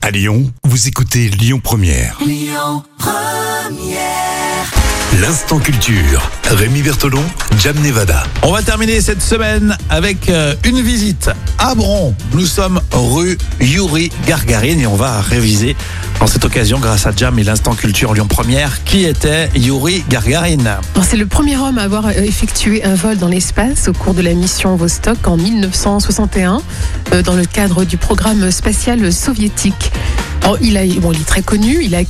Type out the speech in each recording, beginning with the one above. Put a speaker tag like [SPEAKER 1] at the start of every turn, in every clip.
[SPEAKER 1] À Lyon, vous écoutez Lyon Première.
[SPEAKER 2] Lyon Première.
[SPEAKER 1] L'instant culture. Rémi Bertolon, Jam Nevada.
[SPEAKER 3] On va terminer cette semaine avec une visite à Bron. Nous sommes rue Youri Gagarin et on va réviser en cette occasion, grâce à Jam et l'instant culture Lyon Première, qui était Youri Gagarin.
[SPEAKER 4] Alors, c'est le premier homme à avoir effectué un vol dans l'espace au cours de la mission Vostok en 1961 dans le cadre du programme spatial soviétique. Alors, il est très connu, il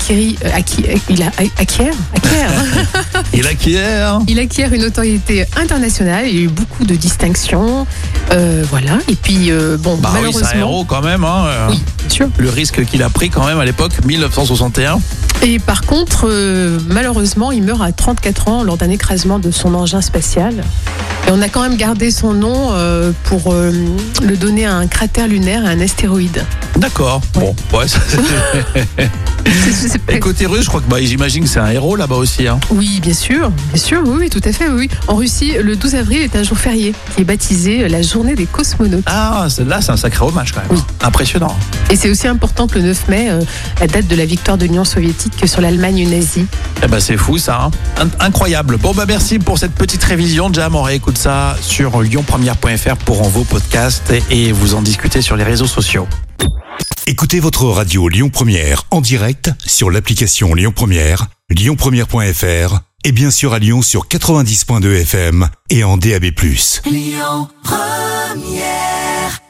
[SPEAKER 4] acquiert une notoriété internationale, il y a eu beaucoup de distinctions, voilà. Et puis malheureusement,
[SPEAKER 3] oui, c'est un héros quand même.
[SPEAKER 4] Oui, bien sûr.
[SPEAKER 3] Le risque qu'il a pris quand même à l'époque, 1961.
[SPEAKER 4] Et par contre, malheureusement, il meurt à 34 ans lors d'un écrasement de son engin spatial. Et on a quand même gardé son nom pour le donner à un cratère lunaire et à un astéroïde.
[SPEAKER 3] D'accord.
[SPEAKER 4] Ouais.
[SPEAKER 3] Bon, ouais. Et côté russe, je crois que j'imagine que c'est un héros là-bas aussi. Hein.
[SPEAKER 4] Oui, bien sûr, oui, tout à fait, oui. En Russie, le 12 avril est un jour férié qui est baptisé la journée des cosmonautes.
[SPEAKER 3] Ah, là, c'est un sacré hommage quand même.
[SPEAKER 4] Oui.
[SPEAKER 3] Impressionnant.
[SPEAKER 4] Et c'est aussi important que le 9 mai, la date de la victoire de l'Union soviétique sur l'Allemagne nazie.
[SPEAKER 3] C'est fou ça, hein. Incroyable. Bon, merci pour cette petite révision. Jam, on réécoute ça sur lyonpremière.fr pour vos podcasts et vous en discutez sur les réseaux sociaux.
[SPEAKER 1] Écoutez votre radio Lyon Première en direct sur l'application Lyon Première, lyonpremière.fr et bien sûr à Lyon sur 90.2 FM et en DAB+.
[SPEAKER 2] Lyon Première.